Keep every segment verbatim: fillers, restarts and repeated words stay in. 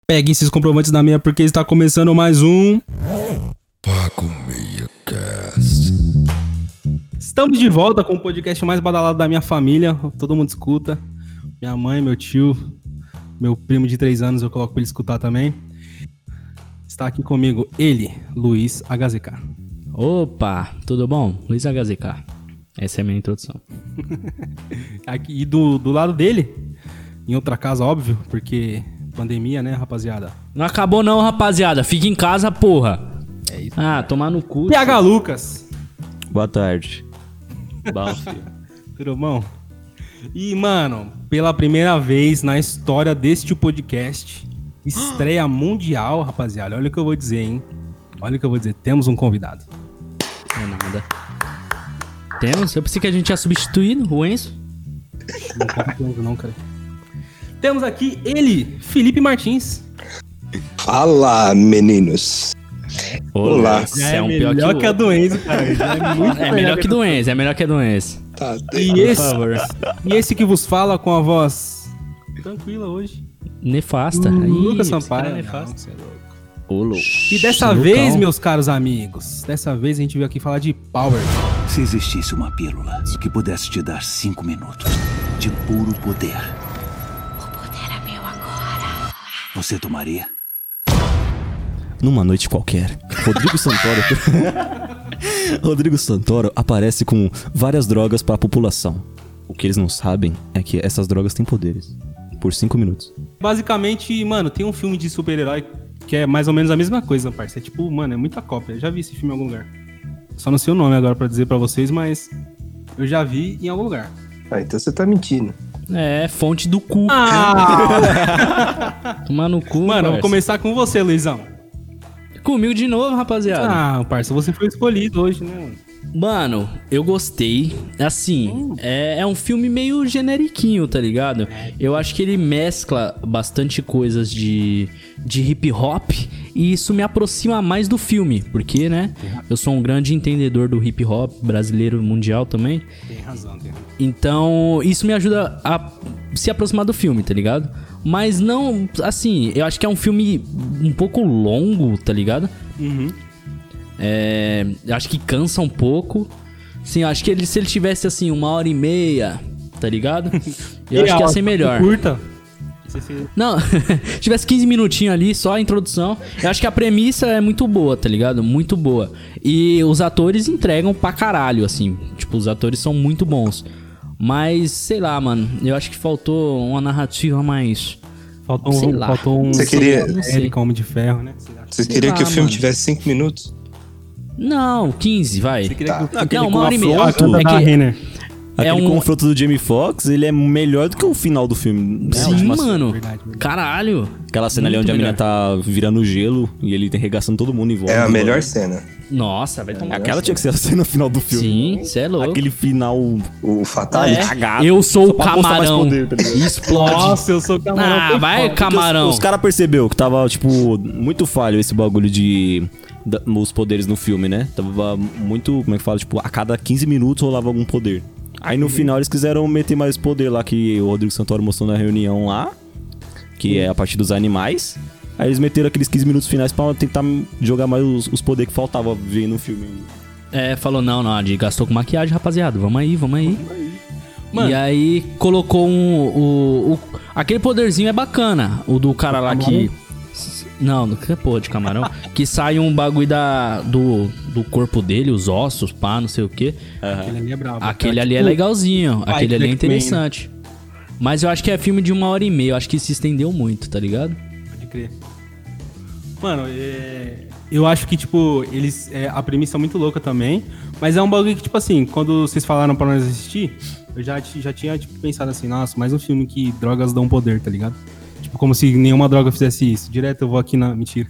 Peguem esses comprovantes da meia porque está começando mais um... Pago Meia Cast. Estamos de volta com o podcast mais badalado da minha família. Todo mundo escuta. Minha mãe, meu tio, meu primo de três anos, eu coloco pra ele escutar também. Está aqui comigo ele, Luiz H Z K. Opa, tudo bom? Luiz H Z K. Essa é a minha introdução. Aqui, e do, do lado dele, em outra casa, óbvio, porque pandemia, né, rapaziada? Não acabou não, rapaziada. Fica em casa, porra. É isso. Ah, tomar no cu. P H Lucas. Boa tarde. Bom, filho. Tudo bom? E, mano, pela primeira vez na história deste podcast, estreia mundial, rapaziada. Olha o que eu vou dizer, hein? Olha o que eu vou dizer. Temos um convidado. Não é nada. Temos? Eu pensei que a gente tinha substituído o Enzo. Não tá com não, cara. Temos aqui ele, Felipe Martins. Fala, meninos. Olá. Esse Já é, é um melhor pior que, que a do Enzo, cara. Já é muito É melhor que do Enzo, é melhor que a do Enzo. Tá, E Por esse, favor. e esse que vos fala com a voz tranquila hoje. Nefasta. Lucas Ih, esse Sampaio. cara é Não, nefasto. você é louco. Ô, louco. E dessa Lucão. vez, meus caros amigos, dessa vez a gente veio aqui falar de Power. Se existisse uma pílula que pudesse te dar cinco minutos de puro poder, O poder é meu agora. você tomaria? Numa noite qualquer, Rodrigo Santoro... Rodrigo Santoro aparece com várias drogas para a população. O que eles não sabem é que essas drogas têm poderes. Por cinco minutos. Basicamente, mano, tem um filme de super-herói que é mais ou menos a mesma coisa, parceiro. É tipo, mano, é muita cópia. Eu já vi esse filme em algum lugar. Só não sei o nome agora pra dizer pra vocês, mas eu já vi em algum lugar. Ah, então você tá mentindo. É, fonte do cu. Ah! Tomar no cu, Mano, eu vou parça. começar com você, Luizão. Comigo de novo, rapaziada. Ah, parça, você foi escolhido hoje, né, mano? Mano, eu gostei. Assim, é, é um filme meio generiquinho, tá ligado? Eu acho que ele mescla bastante coisas de, de hip hop e isso me aproxima mais do filme, porque, né? Eu sou um grande entendedor do hip hop brasileiro mundial também. Tem razão, tem razão. Então, isso me ajuda a se aproximar do filme, tá ligado? Mas não, assim, eu acho que é um filme um pouco longo, tá ligado? Uhum. É, acho que cansa um pouco. Sim, acho que ele, se ele tivesse assim uma hora e meia, tá ligado? Eu acho que ia ser melhor. Curta. Não, tivesse quinze minutinhos ali, só a introdução. Eu acho que a premissa é muito boa, tá ligado? Muito boa. E os atores entregam pra caralho, assim. Tipo, os atores são muito bons. Mas, sei lá, mano, eu acho que faltou uma narrativa mais... Faltou Sei um, lá. faltou um Você queria- Não sei. Eric, Homem de Ferro, né? Você Sei queria lá, que o filme mano. tivesse cinco minutos? Não, quinze, vai. Você queria que o Aquele Não, uma hora e meia. confronto, É da que- Renner. aquele um- confronto do Jamie Foxx, ele é melhor do que o final do filme. né? Sim, Última- mano. Verdade, verdade. Caralho. Aquela cena ali Muito onde a menina melhor. tá virando gelo e ele tem arregaçando todo mundo em volta. É a melhor cena. Nossa, vai tomar. Aquela tinha que ser a cena final do filme. Sim, cê é louco. Aquele final O Fatality. É. cagado. Eu sou Só o pra mostrar mais camarão. poder, tá ligado? Explode. Nossa, eu sou o camarão. Ah, foi vai, foda. camarão. Os, os caras percebeu que tava, tipo, muito falho esse bagulho de... da- os poderes no filme, né? Tava muito, como é que fala? Tipo, a cada quinze minutos rolava algum poder. Aí no final eles quiseram meter mais poder lá que o Rodrigo Santoro mostrou na reunião lá. Que é a partir dos animais. Aí eles meteram aqueles quinze minutos finais pra tentar jogar mais os, os poderes que faltava ver no filme. É, falou, não, não, a gente gastou com maquiagem, rapaziada. Vamos aí, vamos aí. Mano. E aí colocou um. O, o- aquele poderzinho é bacana. O do cara lá que. Não, do que porra de camarão. Que sai um bagulho da, do, do corpo dele, os ossos, pá, não sei o quê. Aquele ali é brabo. Aquele É ali é tipo- legalzinho. Pai Aquele ali é do X-Men, interessante. Mas eu acho que é filme de uma hora e meia. Eu acho que se estendeu muito, tá ligado? Pode crer. Mano, é... eu acho que, tipo, eles. É, a premissa é muito louca também. Mas é um bagulho que, tipo assim, quando vocês falaram pra nós assistir, eu já, já tinha, tipo, pensado assim, nossa, mais um filme que drogas dão poder, tá ligado? Tipo, como se nenhuma droga fizesse isso. Direto eu vou aqui na. Mentira.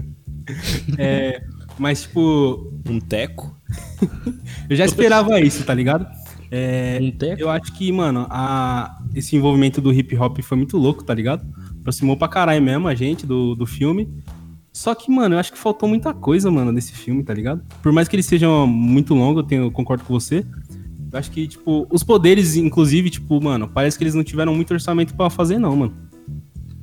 É, mas, tipo, Um teco. eu já esperava isso, tá ligado? É, Um teco? eu acho que, mano, a, esse envolvimento do hip hop foi muito louco, tá ligado? Aproximou pra caralho mesmo a gente do, do filme. Só que, mano, eu acho que faltou muita coisa, mano, nesse filme, tá ligado? Por mais que ele seja muito longo, eu, tenho, eu concordo com você. Eu acho que, tipo, os poderes, inclusive, tipo, mano, parece que eles não tiveram muito orçamento pra fazer, não, mano.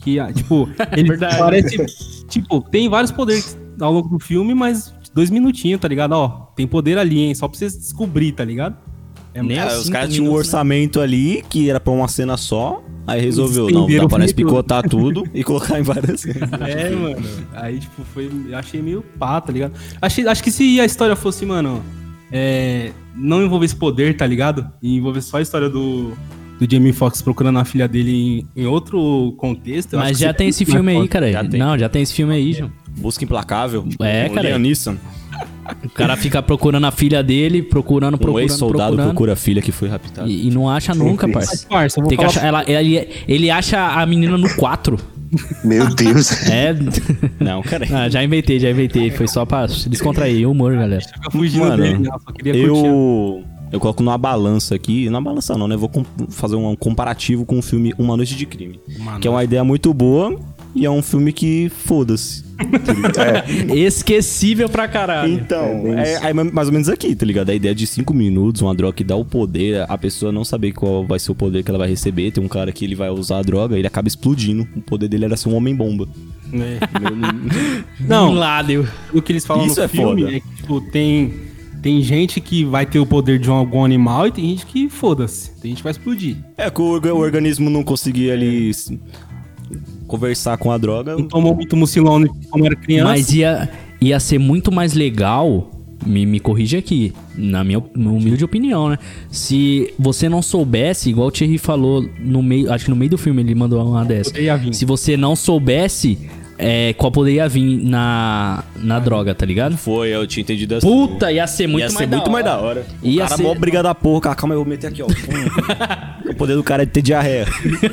Que, ah, tipo, ele Verdade. parece... Tipo, tem vários poderes ao longo do filme, mas dois minutinhos, tá ligado? Ó, tem poder ali, hein? Só pra você descobrir, tá ligado? É Nem muito- assim. os cinco caras tinham um minutos, né? orçamento ali que era pra uma cena só, aí resolveu, Eles não, estenderam dá o pra nós filme todo. picotar tudo e colocar em várias cenas. É, mano. Aí, tipo, foi. Eu achei meio pá, tá ligado? Achei, acho que se a história fosse, mano. É, não envolvesse poder, tá ligado? E envolvesse só a história do, do Jamie Foxx procurando a filha dele em, em outro contexto. eu acho Mas que já seria tem esse muito mais filme aí, foda. cara. Já tem. Não, já tem esse filme aí, João. Busca Implacável. É, com cara. Liam Neeson. O cara fica procurando a filha dele, procurando, Um procurando, ex-soldado procurando. procura a filha que foi raptada. E, e não acha nunca, Mas, Mas, parça. parça, eu vou Tem que falar. achar, ela, ele, ele acha a menina no quatro. Meu Deus. É. Não, cara. Ah, já inventei, já inventei. Foi só pra descontrair. Humor, galera. Fica fugindo Mano, dele, né? Eu só queria curtir. Eu, eu coloco numa balança aqui. Na balança não, né? Vou com- fazer um comparativo com o filme Uma Noite de Crime. Uma Que é uma ideia muito boa e é um filme que foda-se. Esquecível pra caralho. Então, É bem é, isso. é mais ou menos aqui, tá ligado? A ideia de cinco minutos, uma droga que dá o poder, a pessoa não saber qual vai ser o poder que ela vai receber. Tem um cara que ele vai usar a droga, ele acaba explodindo. O poder dele era ser um homem-bomba. É. Não. Não, Lá, deu. o que eles falam Isso no é filme foda. é que, tipo, tem, tem gente que vai ter o poder de um- algum animal e tem gente que foda-se. Tem gente que vai explodir. É que o, orga- o organismo não conseguia ali s- conversar com a droga. Não tomou muito mucilone como era criança. Mas ia, ia ser muito mais legal, me, me corrige aqui, na minha op- humilde opinião, né? Se você não soubesse, igual o Thierry falou no meio, acho que no meio do filme ele mandou uma dessa. Poderia vir. Se você não soubesse é, qual poderia vir na, na droga, tá ligado? Foi, eu tinha entendido assim. Puta, ia ser muito Ia mais ser da muito hora. mais da hora. O Ia cara ser- mó briga da porra. Cara, calma aí, eu vou meter aqui, ó. Pum. O poder do cara é ter diarreia.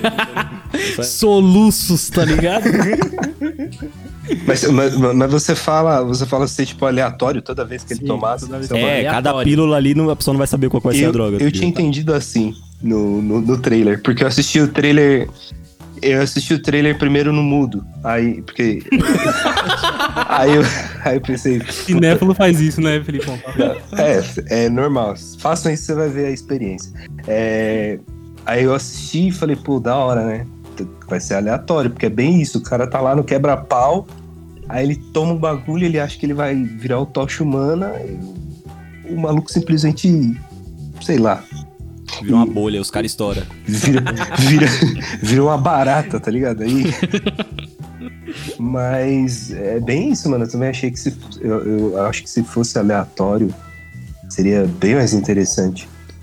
Soluços, tá ligado? Mas, mas, mas você fala, você fala ser tipo aleatório toda vez que ele Sim, tomasse. toda vez Você que- fala- É, aleatório. cada pílula ali, não- a pessoa não vai saber qual vai ser a eu, droga. eu tá tinha ligado? entendido assim no, no, no trailer, porque eu assisti o trailer. Eu assisti o trailer primeiro no mudo. Aí, porque. aí, eu, aí eu pensei. Cinéfilo faz isso, né, Felipão? É, é normal. Façam isso, você vai ver a experiência. É, aí eu assisti e falei, pô, da hora, né? Vai ser aleatório, porque é bem isso. O cara tá lá no quebra-pau, aí ele toma um bagulho, ele acha que ele vai virar o Tocha Humana, e o maluco simplesmente, sei lá, Vira uma bolha, os caras estouram. vira, vira, vira uma barata, tá ligado? Aí. Mas é bem isso, mano. Eu também achei que se. Eu, eu acho que se fosse aleatório, seria bem mais interessante.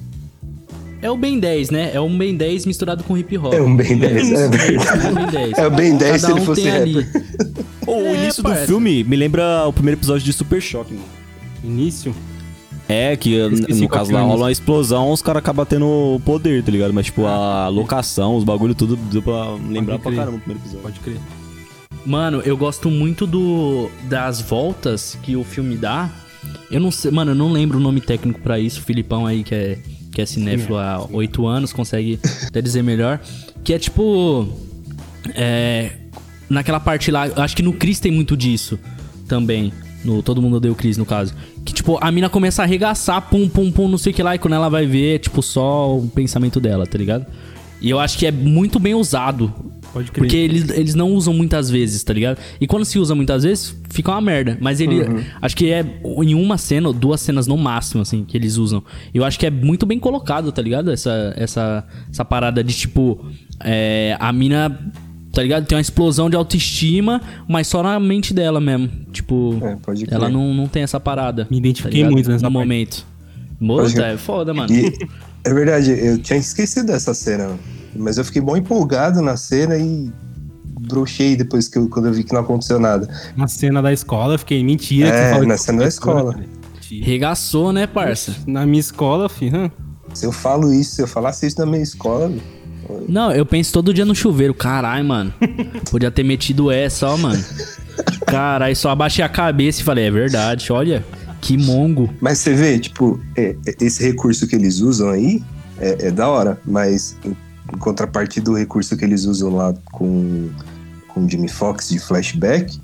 É o Ben dez, né? É um Ben dez misturado com hip hop. É um Ben dez, é. É o Ben dez. É o Ben dez se Cada ele um fosse tem ali. rapper. Ô, o É, início do parça. filme me lembra o primeiro episódio de Super Choque, mano. Início. É, que Esqueci no qual caso que é lá o rola início. uma explosão, os caras acabam tendo poder, tá ligado? Mas, tipo, a locação, os bagulho tudo deu pra lembrar pra crer. caramba o primeiro episódio. Pode crer. Mano, eu gosto muito do das voltas que o filme dá. Eu não sei, mano, eu não lembro o nome técnico pra isso. O Filipão aí, que é, que é cinéfilo há oito anos, consegue até dizer melhor. Que é tipo. É, naquela parte lá, eu acho que no Chris tem muito disso também. No Todo Mundo Odeia o Chris, no caso. Que, tipo, a mina começa a arregaçar, pum, pum, pum, não sei o que lá. E quando ela vai ver, é, tipo, só o pensamento dela, tá ligado? E eu acho que é muito bem usado. Pode crer. Porque eles, eles não usam muitas vezes, tá ligado? E quando se usa muitas vezes, fica uma merda. Mas ele. Acho que é em uma cena, ou duas cenas no máximo, assim, que eles usam. Eu acho que é muito bem colocado, tá ligado? Essa, essa, essa parada de tipo. É, a mina. Tá ligado? Tem uma explosão de autoestima, mas só na mente dela mesmo. Tipo, É, pode crer. ela não, não tem essa parada. Me identifiquei tá ligado? muito nessa No parte. momento. Pode Moça, crer. é foda, mano. E, é verdade, eu tinha esquecido dessa cena, mas eu fiquei bom empolgado na cena e brochei depois que eu, quando eu vi que não aconteceu nada. Na cena da escola, eu fiquei, mentira. que É, você fala na que- cena da escola. Mentira. Regaçou, né, parça? Na minha escola, filho. hã? Se eu falo isso, se eu falasse isso na minha escola, Não, eu penso todo dia no chuveiro. Caralho, mano. Podia ter metido essa, ó, mano. Caralho, só abaixei a cabeça e falei, é verdade, olha. Que mongo. mas você vê, tipo, é- é- esse recurso que eles usam aí é, é da hora, mas em, em contrapartida do recurso que eles usam lá com, com o Jamie Foxx de flashback,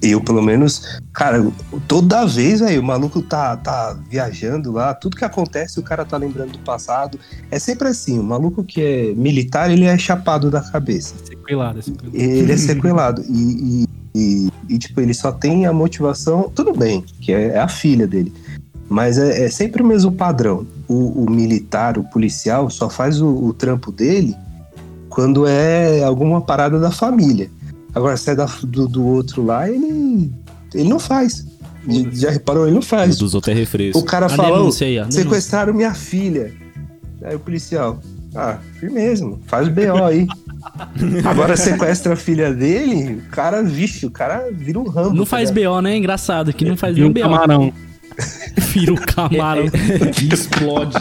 eu, pelo menos, cara, toda vez, velho, o maluco tá, tá viajando lá, tudo que acontece, o cara tá lembrando do passado. É sempre assim, o maluco que é militar, ele é chapado da cabeça. Sequelado, sequelado. Ele é sequelado. E, e, e, e, tipo, ele só tem a motivação, tudo bem, que é, é a filha dele. Mas é, é sempre o mesmo padrão. O, o militar, o policial, só faz o, o trampo dele quando é alguma parada da família. Agora, se é da, do, do outro lá, ele, ele não faz. Já reparou? Ele não faz. O dos outros é refresco. O cara A fala, denúncia aí, ó, sequestraram minha filha. Aí o policial, ah, firmeza, mano, faz o B O aí. Agora sequestra a filha dele, o cara, vixe, o cara vira um Rambo. Não faz tá B O, né? Engraçado, que não faz Vira um nenhum B O. camarão. Vira o camarão. Explode.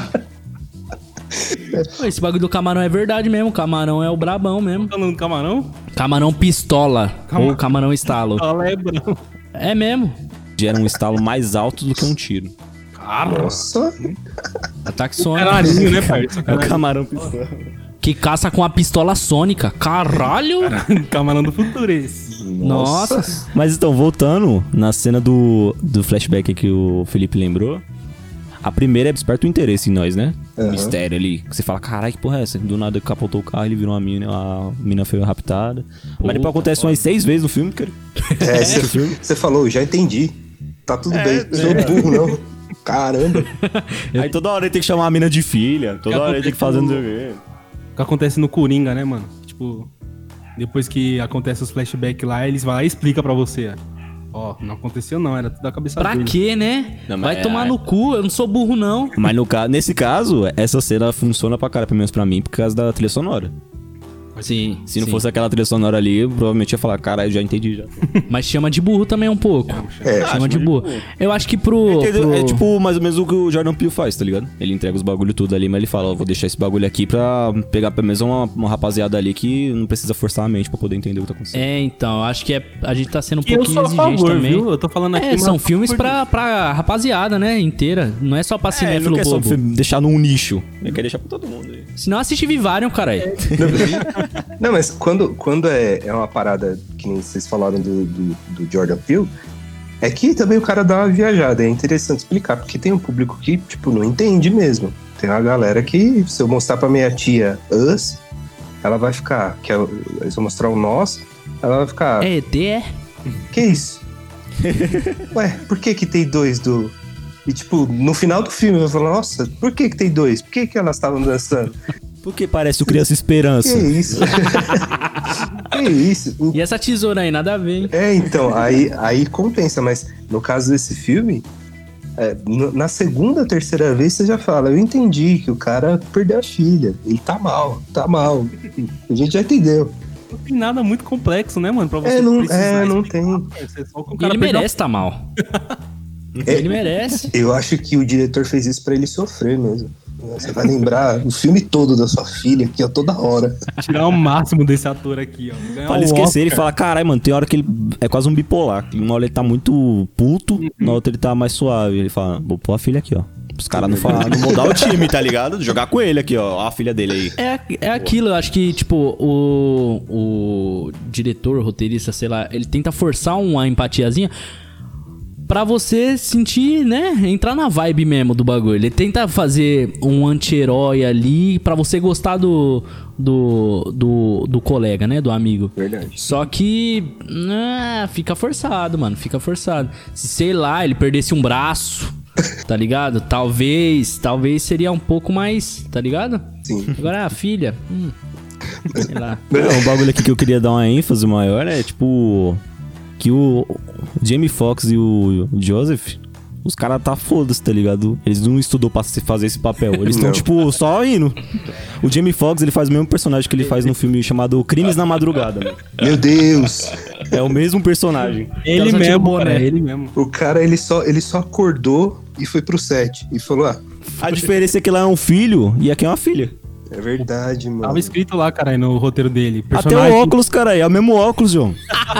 Pô, esse bagulho do camarão é verdade mesmo. O camarão é o brabão mesmo. Tá falando do camarão? Camarão pistola. Cama- Ou camarão estalo. Fala, é branco. É mesmo. Gera um estalo mais alto do que um tiro. Nossa, Ataque sônico. Canarinho, né, parça? É o camarão pistola. Que caça com a pistola sônica. Caralho. Camarão do futuro esse. Nossa. Mas então, voltando na cena do, do flashback que o Felipe lembrou. A primeira é desperta o interesse em nós, né? O Aham. mistério ali. Você fala, caralho, que porra é essa? Do nada capotou o carro, ele virou uma mina, a mina foi raptada. Mas depois acontece umas seis vezes no filme, cara. é, você falou, já entendi. Tá tudo bem, sou burro não. Caramba. Aí toda hora ele tem que chamar a mina de filha, toda hora ele tem que fazer não sei o quê. O que acontece no Coringa, né, mano? Tipo, depois que acontece os flashbacks lá, eles vão lá e explicam pra você. Ó, não aconteceu não, era tudo da cabeça Pra dele. quê, né? Não, mas Vai é- tomar no cu. Eu não sou burro, não. Mas no ca... nesse caso, essa cena funciona pra caralho, pelo menos pra mim, por causa da trilha sonora. Sim. Se não sim. fosse aquela trilha sonora ali, eu provavelmente ia falar, caralho, já entendi já. Mas chama de burro também um pouco. É, Chama de burro. Eu acho que pro... Entendeu? pro- É tipo mais ou menos o que o Jordan Peele faz, tá ligado? Ele entrega os bagulho tudo ali, mas ele fala, ó, vou deixar esse bagulho aqui pra pegar pelo menos uma, uma rapaziada ali que não precisa forçar a mente pra poder entender o que tá acontecendo. É, então, eu acho que é, a gente tá sendo um E eu pouquinho sou a exigente favor, também. viu? Eu tô falando aqui... É, mas são eu sou a filmes favor pra, pra rapaziada, né, inteira. Não é só pra É, cinéfilo não quer só bobo. deixar num nicho. Ele quer deixar pra todo mundo aí. Senão assiste Vivarium, caralho. Não, mas quando, quando é, é uma parada que nem vocês falaram do, do, do Jordan Peele, é que também o cara dá uma viajada. É interessante explicar, porque tem um público que, tipo, não entende mesmo. Tem uma galera que, se eu mostrar pra minha tia Us, ela vai ficar. Que ela, se eu mostrar o Nós, ela vai ficar. É E T, é? Que isso? Ué, por que que tem dois do... E, tipo, no final do filme, eu vou falar, nossa, por que que tem dois? Por que que elas estavam dançando? Porque parece o Criança Que Esperança. isso? Que isso? O E essa tesoura aí, nada a ver, hein? É, então, aí, aí compensa, mas no caso desse filme, é, no- na segunda, terceira vez você já fala, eu entendi que o cara perdeu a filha, ele tá mal, tá mal, a gente já entendeu. Não tem nada muito complexo, né, mano? Pra você É, não, precisar é, não explicar. tem. É, você só que o E cara ele perdeu a- merece tá mal. É. Ele merece. Eu acho que o diretor fez isso pra ele sofrer mesmo. Você vai lembrar o filme todo da sua filha aqui, ó, toda hora. tirar o máximo desse ator aqui, ó. Ganhar Pra o ele esquecer, ele Oscar. fala, caralho, mano, tem hora que ele é quase um bipolar. Uma hora ele tá muito puto, na outra ele tá mais suave. Ele fala, vou pôr a filha aqui, ó. Os caras não falar, não mudar o time, tá ligado? Jogar com ele aqui, ó. Ó a filha dele aí. É, é aquilo, eu acho que, tipo, o, o diretor, o roteirista, sei lá, ele tenta forçar uma empatiazinha pra você sentir, né, entrar na vibe mesmo do bagulho. Ele tenta fazer um anti-herói ali pra você gostar do, do, do, do colega, né, do amigo. Verdade. Só que, ah, fica forçado, mano, fica forçado. Se, sei lá, ele perdesse um braço, tá ligado? Talvez, talvez seria um pouco mais, tá ligado? Sim. Agora a filha, hum, sei lá. Não, o bagulho aqui que eu queria dar uma ênfase maior é, tipo, que o Jamie Foxx e o Joseph, os caras tá foda-se, tá ligado? Eles não estudou pra se fazer esse papel. Eles estão, Não. tipo, só indo. O Jamie Foxx, ele faz o mesmo personagem que ele faz no filme chamado Crimes na Madrugada, mano. Meu Deus! É o mesmo personagem. Ele Ela só tira o mesmo, boné. cara, ele mesmo. O cara, ele só, ele só acordou e foi pro set. E falou, ah, A diferença é que lá é um filho e aqui é uma filha. é verdade, mano. Tava escrito lá, cara, aí no roteiro dele. Até o óculos, cara, é o mesmo óculos, João.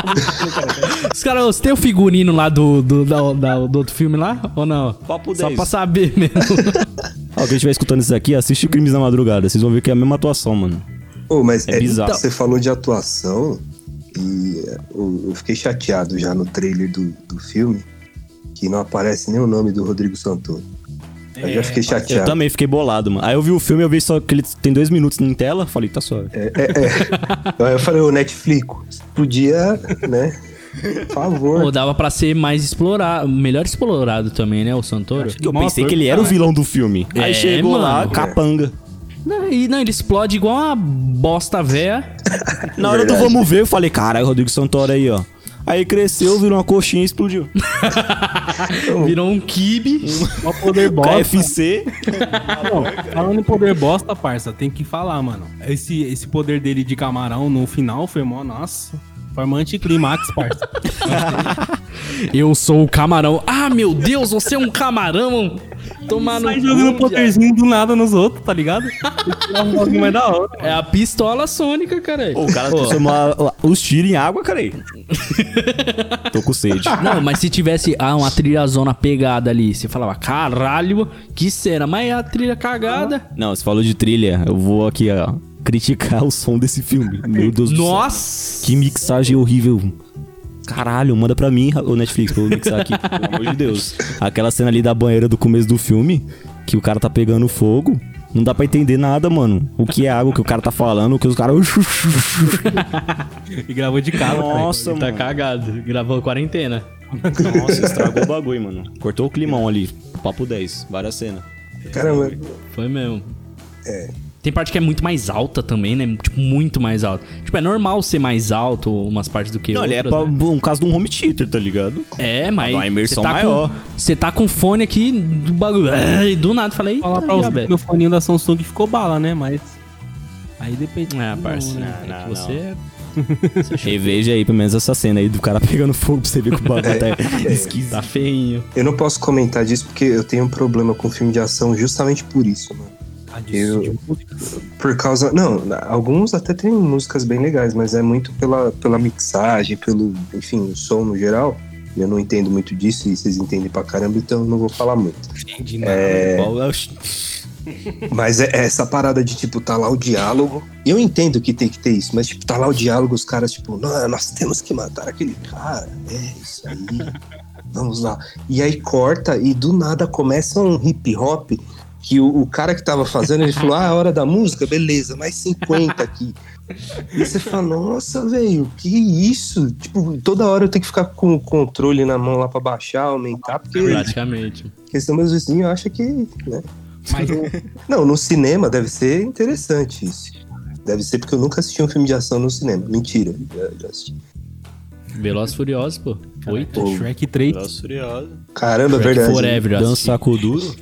Os caras, você tem o figurino lá do, do, da- da- do outro filme lá? Ou não? Papo Só dez. pra saber mesmo. Ó, quem estiver escutando isso aqui, assiste Crimes na Madrugada. Vocês vão ver que é a mesma atuação, mano. Pô, mas É bizarro. Você falou de atuação. E eu, eu fiquei chateado já no trailer do, do filme, que não aparece nem o nome do Rodrigo Santoro. Eu já fiquei Eu chateado. também fiquei bolado, mano. Aí eu vi o filme, eu vi só que ele tem dois minutos em tela, falei, tá suave. É, é, é. Aí eu falei, ô Netflix, podia, né? Por favor. Pô, dava pra ser mais explorado, melhor explorado também, né, o Santoro? Eu pensei que ele era o vilão do filme. É, Aí chegou lá, mano. capanga. Não, e não, ele explode igual uma bosta véia. Na hora do Verdade. vamos ver, eu falei, caralho, Rodrigo Santoro aí, ó. Aí cresceu, virou uma coxinha e explodiu. Virou um kibe. Ó, poder K bosta. F C. Não, falando em poder bosta, parça, tem que falar, mano. Esse, esse poder dele de camarão no final foi mó, nossa. Foi uma anticlimax, parça. Eu sou o camarão. Ah, meu Deus, você é um camarão. Tomar no Sai jogando cu, poderzinho do nada nos outros, tá ligado? Esse é um bagulho mais da hora. É a pistola sônica, cara. O cara transformou a- os tiros em água, cara aí. Tô com sede. Não, mas se tivesse ah, uma trilha zona pegada ali, você falava, caralho, que cena. Mas é a trilha cagada. Não, você falou de trilha, eu vou aqui, ó, criticar o som desse filme. Meu Deus do céu. Nossa. Que mixagem horrível. Caralho, manda pra mim, o Netflix, pra eu mixar aqui, pelo amor de Deus. Aquela cena ali da banheira do começo do filme, que o cara tá pegando fogo, não dá pra entender nada, mano. O que é água, o que o cara tá falando, o que os caras... E gravou de casa, cara. Nossa, Tá mano. cagado. Gravou quarentena. Nossa, estragou o bagulho, mano. Cortou o climão ali, papo dez, várias cenas. Caramba, Foi mesmo. É. Tem parte que é muito mais alta também, né? Tipo, muito mais alta. Tipo, é normal ser mais alto umas partes do que Não, ele outras. é pra né? um caso de um home theater, tá ligado? É, mas. Dá uma imersão você tá maior. Com, você tá com fone aqui do bagulho. E do nada falei. Falar pra "Ih, você velho." que o foninho da Samsung ficou bala, né? Mas. Aí depende. É, parça. Não, né? é não, que você é. Reveja aí, pelo menos essa cena aí do cara pegando fogo pra você ver que o bagulho tá esquisito. Tá feinho. eu não posso comentar disso porque eu tenho um problema com filme de ação justamente por isso, mano. Ah, disso, Eu- de músicas. Por causa. Não, alguns até tem músicas bem legais, mas é muito pela, pela mixagem, pelo. Enfim, o som no geral. Eu não entendo muito disso e vocês entendem pra caramba, então eu não vou falar muito. Entendi nada. Qual é o- Mas é é essa parada de, tipo, tá lá o diálogo. E eu entendo que tem que ter isso, mas, tipo, tá lá o diálogo, os caras, tipo, não, nós temos que matar aquele cara. É isso aí. Vamos lá. E aí corta e do nada começa um hip hop que o, o cara que tava fazendo, ele falou, ah, é hora da música? Beleza, mais cinquenta aqui. E você fala, nossa, velho, que isso? Tipo, toda hora eu tenho que ficar com o controle na mão lá pra baixar, aumentar, porque, Praticamente. porque senão meus vizinhos acham que, né? Mas Não, no cinema deve ser interessante isso. Deve ser porque eu nunca assisti um filme de ação no cinema. Mentira, já, já assisti. Velozes e Furiosos, pô. Oito. Pô, Shrek três. caramba, é Shrek verdade. Forever, eu Dança assisti. saco duro.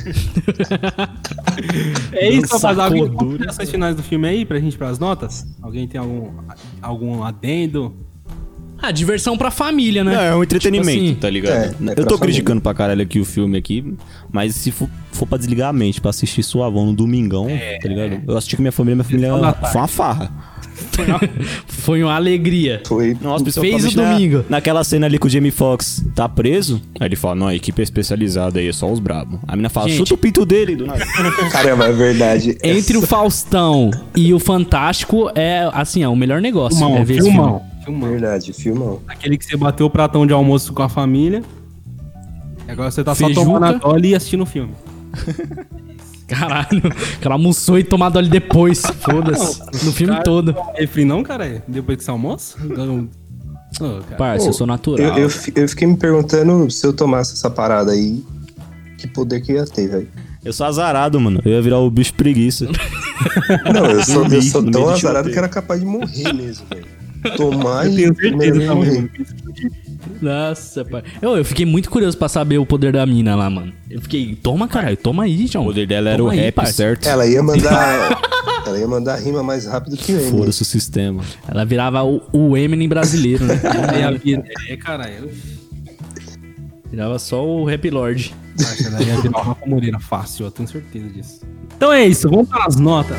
É isso, rapaz. Sacou Alguém tem duro. considerações finais do filme aí pra gente ir pras notas? Alguém tem algum, algum adendo? Ah, diversão pra família, né? Não, é um entretenimento, Tipo assim, tá ligado? é, é eu pra tô família. criticando pra caralho aqui o filme aqui, mas se for, for pra desligar a mente, pra assistir suavão no domingão, tá ligado? Eu assisti com minha família, minha família da tarde. foi uma farra. Foi uma alegria. Foi. Nossa, Fez o principalmente na- domingo. Naquela cena ali que o Jamie Foxx tá preso, aí ele fala, não, a equipe é especializada aí, é só os brabos. A mina fala, Gente. chuta o pinto dele, do nada. Caramba, é verdade. Entre o Essa- Faustão e o Fantástico, é assim, é o melhor negócio. Filmão, é ver esse filmão. filme. Filmão. Verdade, filmão. Aquele que você bateu o pratão de almoço com a família. E agora você tá só Feijuca. tomando a dole e assistindo o filme. Caralho, que ela almoçou e tomado ali depois. Foda-se. No filme Cara, todo. Refri não, cara? Depois que você almoça? Então, ô, cara. Parça, eu sou natural. Eu, eu, fi- eu fiquei me perguntando se eu tomasse essa parada aí, que poder que ia ter, velho. Eu sou azarado, mano. Eu ia virar o bicho preguiça. Não, eu sou, eu Dormi sou no tão meio do azarado tiroteio. que era capaz de morrer mesmo, velho. Tomar Eu e tenho primeiro certeza também, morrer. mano. Nossa, pai. Eu, eu fiquei muito curioso pra saber o poder da mina lá, mano. Eu fiquei, toma, caralho, toma aí, João. O poder dela era o Toma aí, rap, parça. certo? Ela ia mandar. Ela ia mandar rima mais rápido que eu. hein, Foda-se o sistema. Ela virava o, o Eminem brasileiro, né? É a vida. É, caralho. Virava só o Rap Lord. Acho que ela ia virar uma Moreira fácil, eu tenho certeza disso. Então é isso, vamos para as notas.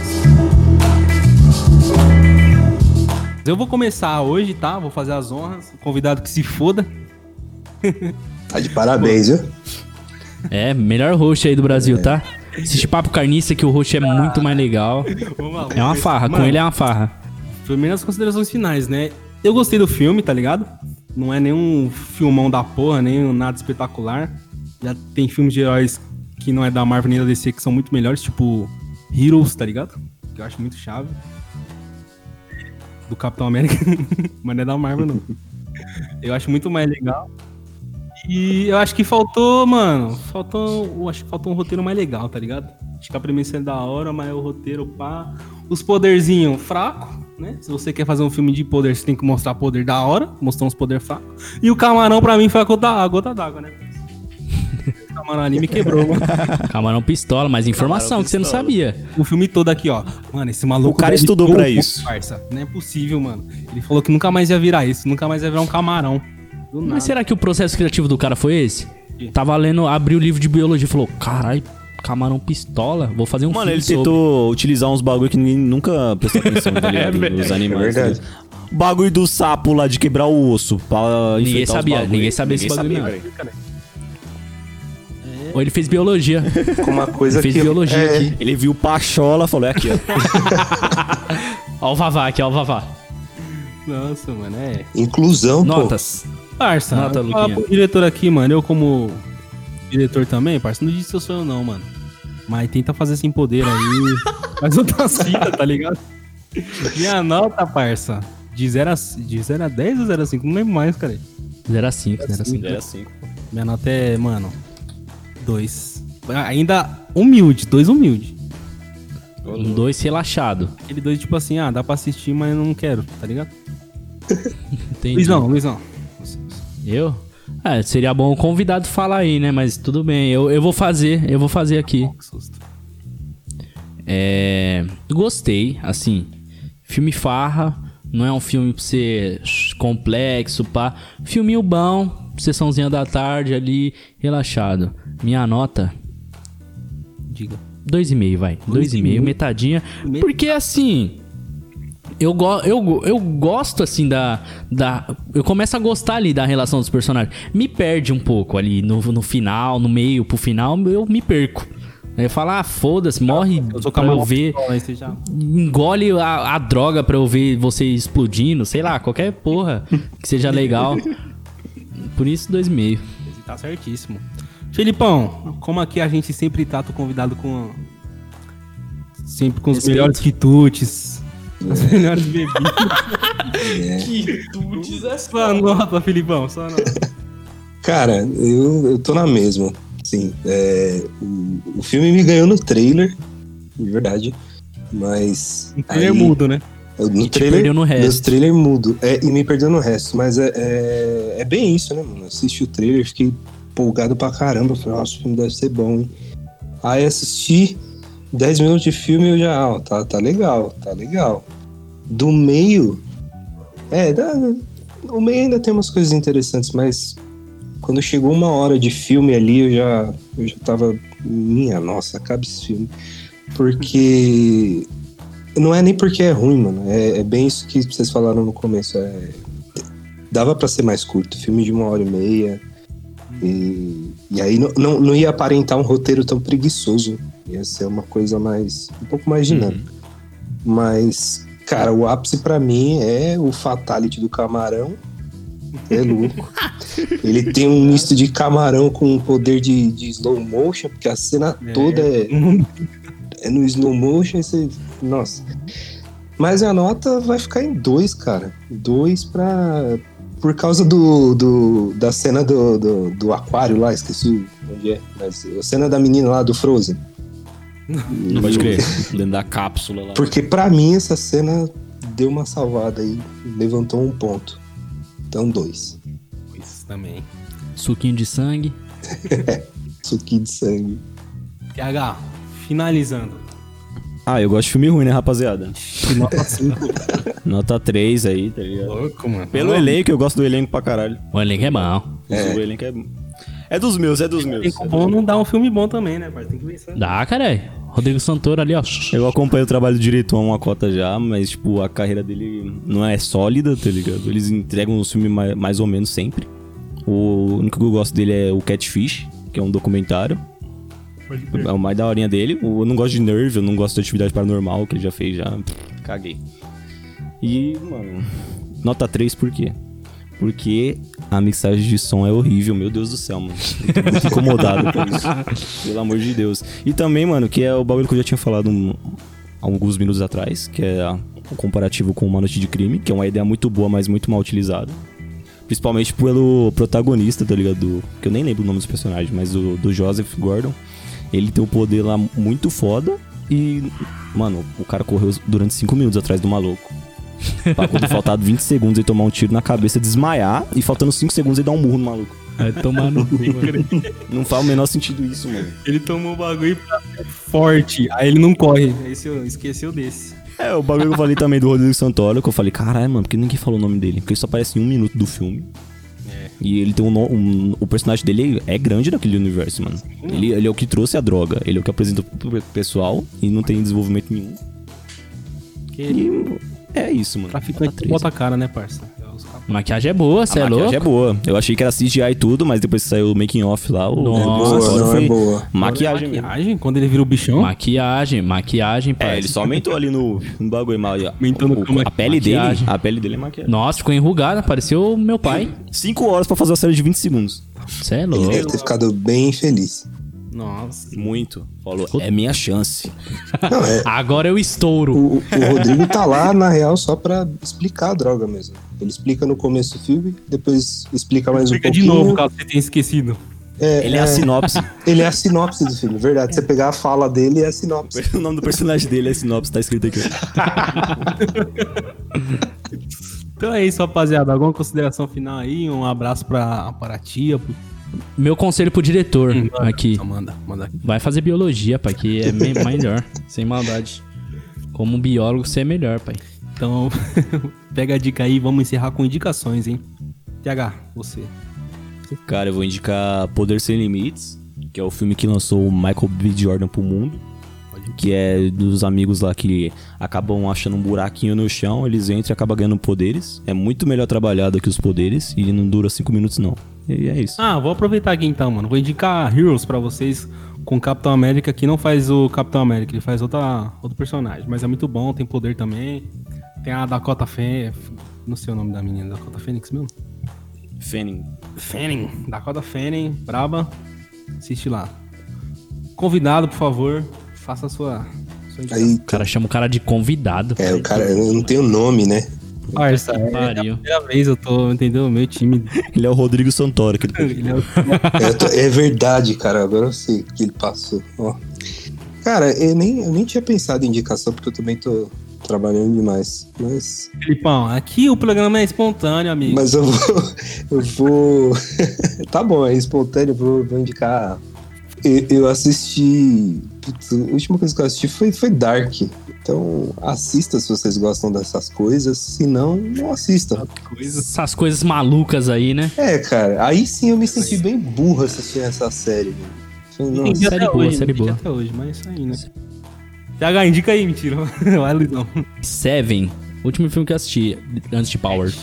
Eu vou começar hoje, tá? Vou fazer as honras. Convidado que se foda. Tá de parabéns, viu? É, melhor host aí do Brasil, tá? Assiste Papo Carniça que o host é muito mais legal. Vamos lá, É uma farra, com Mano, ele é uma farra. Primeiras considerações finais, né? Eu gostei do filme, tá ligado? Não é nenhum filmão da porra, nem nada espetacular. Já tem filmes de heróis que não é da Marvel nem da D C que são muito melhores, tipo Heroes, tá ligado? Que eu acho muito chave. Do Capitão América, mas não é da Marvel, não. Eu acho muito mais legal. E eu acho que faltou, mano, faltou, eu acho que faltou um roteiro mais legal, tá ligado? Acho que a premissa é da hora, mas o roteiro, pá... Os poderzinhos fracos, né? Se você quer fazer um filme de poder, você tem que mostrar poder da hora, mostrar uns poder fracos. E o camarão, pra mim, foi a gota, a gota d'água, né? O camarão ali me quebrou, mano. Camarão pistola, mas informação Camarão que você não pistola. sabia. O filme todo aqui, ó. Mano, esse maluco... O cara deve estudou ter um pra pouco, isso. Parça. Não é possível, mano. Ele falou que nunca mais ia virar isso, nunca mais ia virar um camarão. Do nada. Mas será que o processo criativo do cara foi esse? Que? Tava lendo, abriu o livro de biologia e falou, caralho, camarão pistola, vou fazer um Mano, filme ele sobre. tentou utilizar uns bagulho que ninguém nunca prestou atenção, tá ligado? É Os animais. é verdade. O bagulho do sapo lá de quebrar o osso pra Ninguém enfrentar os sabia, bagulho. ninguém sabia esse bagulho, não. velho. Ou ele fez biologia. Com uma coisa Fez que... biologia é, aqui. Ele viu o Pachola e falou, é aqui, ó. Ó o Vavá aqui, ó o Vavá. Nossa, mano, é... Inclusão, pô. Notas. Parça, Nota, fala Luquinha. pro diretor aqui, mano. Eu como diretor também, parça, não disse que eu sou eu não, mano. Mas tenta fazer sem poder aí. Faz outras fitas, tá ligado? Minha nota, parça, de zero a, de zero a dez ou zero a cinco? Não lembro mais, cara. zero a cinco, zero a cinco. Era assim, pô. Minha nota é, mano, dois. Ainda humilde, dois humilde. Um dois relaxado. Aquele dois, tipo assim, ah, dá pra assistir, mas eu não quero, tá ligado? Entendi. Luizão, Luizão. Eu? Ah, seria bom o convidado falar aí, né? Mas tudo bem, eu, eu vou fazer, eu vou fazer aqui. Que susto. É... Gostei, assim. Filme farra, não é um filme pra ser complexo, pá. Filminho bom, sessãozinha da tarde ali, relaxado. Minha nota, Diga. dois e meio, vai. Dois e meio, metadinha. Porque assim... Eu, go eu, eu gosto, assim, da, da... Eu começo a gostar ali da relação dos personagens. Me perde um pouco ali no, no final, no meio pro final, eu me perco. Aí eu falo, ah, foda-se, morre Eu sou pra eu camarão ver. pistola, aí você já... Engole a, a droga pra eu ver você explodindo, sei lá, qualquer porra que seja legal. Por isso, dois e meio. Tá certíssimo. Felipão, como aqui a gente sempre trata o convidado com... Sempre com os Respeito. melhores quitutes, as melhores bebidas. Quitutes é Só nota, Felipão, só nota. Cara, eu, eu tô na mesma. Sim, é, o, o filme me ganhou no trailer, de verdade. Mas. Um trailer aí- mudo, né? eu- No E te trailer, perdeu no resto. No trailer mudo. É, e me perdeu no resto. Mas é, é, é bem isso, né, mano? Eu assisti o trailer, fiquei empolgado pra caramba. Falei, nossa, o filme deve ser bom, hein? Aí assisti dez minutos de filme e eu já, ó, tá, tá legal, tá legal. Do meio. É, dá, o meio ainda tem umas coisas interessantes, mas quando chegou uma hora de filme ali, eu já, eu já tava. Minha nossa, acaba esse filme. Porque. Não é nem porque é ruim, mano. É, é bem isso que vocês falaram no começo. É, dava pra ser mais curto. Filme de uma hora e meia. E, e aí não, não, não ia aparentar um roteiro tão preguiçoso. Ia ser uma coisa mais. Um pouco mais dinâmica. Mas, cara, o ápice pra mim é o fatality do camarão. É louco. Ele tem um misto de camarão com poder de, de slow motion, porque a cena toda é, é no slow motion. E você, nossa. Mas a nota vai ficar em dois, cara. Dois pra. Por causa do, do, da cena do, do, do aquário lá, esqueci onde é. Mas a cena da menina lá do Frozen. Não pode crer. Dentro da cápsula lá. Porque pra mim essa cena deu uma salvada aí, levantou um ponto. Então dois. Isso também. Suquinho de sangue. Suquinho de sangue. P H, finalizando. Ah, eu gosto de filme ruim, né, rapaziada? Que nota cinco. Nota três aí, tá ligado? Louco, mano. Pelo elenco, eu gosto do elenco pra caralho. O elenco é bom. É. O elenco é... É dos meus, é dos meus. Elenco É bom dos não dá um filme bom também, né, pai? Tem que pensar. Dá, caralho. Rodrigo Santoro ali, ó. Eu acompanho o trabalho do diretor há uma cota já, mas, tipo, a carreira dele não é sólida, tá ligado? Eles entregam um filme mais, mais ou menos sempre. O único que eu gosto dele é o Catfish, que é um documentário. É o mais da horinha dele. Eu não gosto de Nerve, eu não gosto de Atividade Paranormal, que ele já fez, já. Caguei. E, mano... Nota três por quê? Porque a mixagem de som é horrível, meu Deus do céu, mano. Eu tô muito incomodado com isso. Pelo amor de Deus. E também, mano, que é o bagulho que eu já tinha falado um, alguns minutos atrás, que é a, o comparativo com Uma Noite de Crime, que é uma ideia muito boa, mas muito mal utilizada. Principalmente pelo protagonista, tá ligado? Do, que eu nem lembro o nome dos personagens, mas do, do Joseph Gordon. Ele tem um poder lá muito foda e, mano, o cara correu durante cinco minutos atrás do maluco. Pra quando faltar vinte segundos ele tomar um tiro na cabeça, desmaiar e faltando cinco segundos ele dar um murro no maluco. Vai tomar no cu, mano. Não faz o menor sentido isso, mano. Ele tomou o bagulho pra ser forte, aí ele não corre. Esse eu esqueceu desse. É, o bagulho que eu falei também do Rodrigo Santoro, que eu falei, caralho, mano, porque ninguém falou o nome dele? Porque ele só aparece em um minuto do filme. É. E ele tem um, um... O personagem dele é grande naquele universo, mano. Ele, ele é o que trouxe a droga, ele é o que apresenta pro pessoal e não tem desenvolvimento nenhum. Que E é isso, mano. traficante bota a cara, né, parça? Maquiagem é boa, cê A é maquiagem louco? é boa. Eu achei que era C G I e tudo, mas depois que saiu o making off lá, o Nossa, boa, Santoro não foi é boa. maquiagem. mesmo. Maquiagem, quando ele vira o bichão. Maquiagem, maquiagem, É, parça. ele só aumentou ali no, no bagulho, mas ó, Aumentou no o- cama- a pele maquiagem. dele, a pele dele é maquiagem. Nossa, ficou enrugada, pareceu meu pai. Cinco horas pra fazer uma série de vinte segundos. Cê é Ele louco. deve ter ficado bem feliz. Nossa. Muito. Falou, é minha chance. Não, é, Agora eu estouro. o, o Rodrigo tá lá, na real, só pra explicar a droga mesmo. Ele explica no começo do filme, depois explica mais um Explica pouquinho. de novo, caso você tenha esquecido. É, Ele é a sinopse. ele é a sinopse do filme, verdade. Você pegar a fala dele, é a sinopse. O nome do personagem dele é sinopse, tá escrito aqui. Então é isso, rapaziada. Alguma consideração final aí? Um abraço pra, pra tia. Pro... Meu conselho pro diretor aqui. Não, manda, manda aqui. Vai fazer biologia, pai, que é me- melhor. Sem maldade. Como biólogo, você é melhor, pai. Então, pega a dica aí, vamos encerrar com indicações, hein? T H, você. Cara, eu vou indicar Poder Sem Limites, que é o filme que lançou o Michael B. Jordan pro mundo. Que é dos amigos lá que acabam achando um buraquinho no chão, eles entram e acabam ganhando poderes. É muito melhor trabalhado que os poderes e não dura cinco minutos não. E é isso. Ah, vou aproveitar aqui então, mano. Vou indicar Heroes pra vocês com Capitão América, que não faz o Capitão América, ele faz outra, outro personagem. Mas é muito bom, tem poder também. Tem a Dakota Fênix. Não sei o nome da menina, Dakota Fênix mesmo? Fanning. Fanning. Dakota Fanning, braba. Assiste lá. Convidado, por favor, faça a sua, sua indicação. Aí, O cara chama o cara de convidado. é, o cara, eu não tenho nome, né? Parça, que é pariu. a primeira vez eu tô, entendeu? Meio tímido. Ele é o Rodrigo Santoro. Que ele... Ele é o- É, eu tô- é verdade, cara. Agora eu sei que ele passou. Ó. Cara, eu nem, eu nem tinha pensado em indicação, porque eu também tô trabalhando demais. Mas, Filipão, aqui o programa é espontâneo, amigo. mas eu vou. Eu vou. Tá bom, é espontâneo, vou, vou indicar. Eu, eu assisti. Putz, a última coisa que eu assisti foi, foi Dark. Então, assista se vocês gostam dessas coisas. Se não, não assistam. Essas coisas malucas aí, né? É, cara, aí sim eu me senti bem burro assistindo essa série. Mano. Falei, nossa, Entendi série até boa, hoje, série entendi boa. até hoje, mas isso aí, né? T H, indica aí, mentira. Vai, Luizão. Seven. Último filme que eu assisti antes de Power.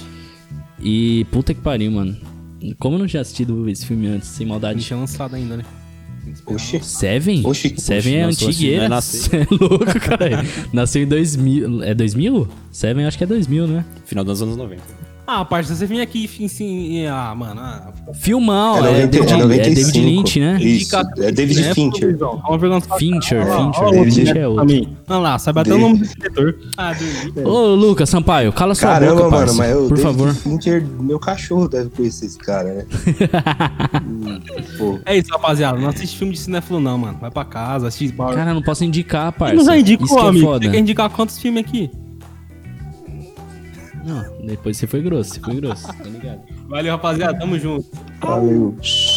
E puta que pariu, mano. Como eu não tinha assistido esse filme antes, sem Não maldade. tinha lançado ainda, né? Oxi. Seven? Oxi, Seven é nossa, antigueira. não é nascer. Cê é louco, cara. Nasceu em dois mil. É dois mil? Seven acho que é dois mil, né? Final dos anos noventa. Ah, parça, você vem aqui e sim. Ah, mano. Ah, Filmão, É é, noventa- David, é é noventa e David cinco. Lynch, né? Isso, é David né, Fincher. Luizão? Vamos ver quanto- Fincher, Olha lá, Fincher. olha o David outro é outro. também. Olha lá, sabe até o nome do diretor. Ah, dormi. Ô, Lucas Sampaio, cala sua Caramba, boca, mano, parça. mas eu Por David favor. Fincher, meu cachorro deve conhecer esse cara, né? Hum, Pô, É isso, rapaziada. Não assiste filme de cinéfilo, não, mano. Vai pra casa, assiste. Bar... Cara, não posso indicar, parça. não já indicou, Isso que é amigo. foda. Você quer indicar quantos filmes aqui? Não, depois você foi grosso, você foi grosso. Tá ligado? Valeu, rapaziada. Tamo junto. valeu.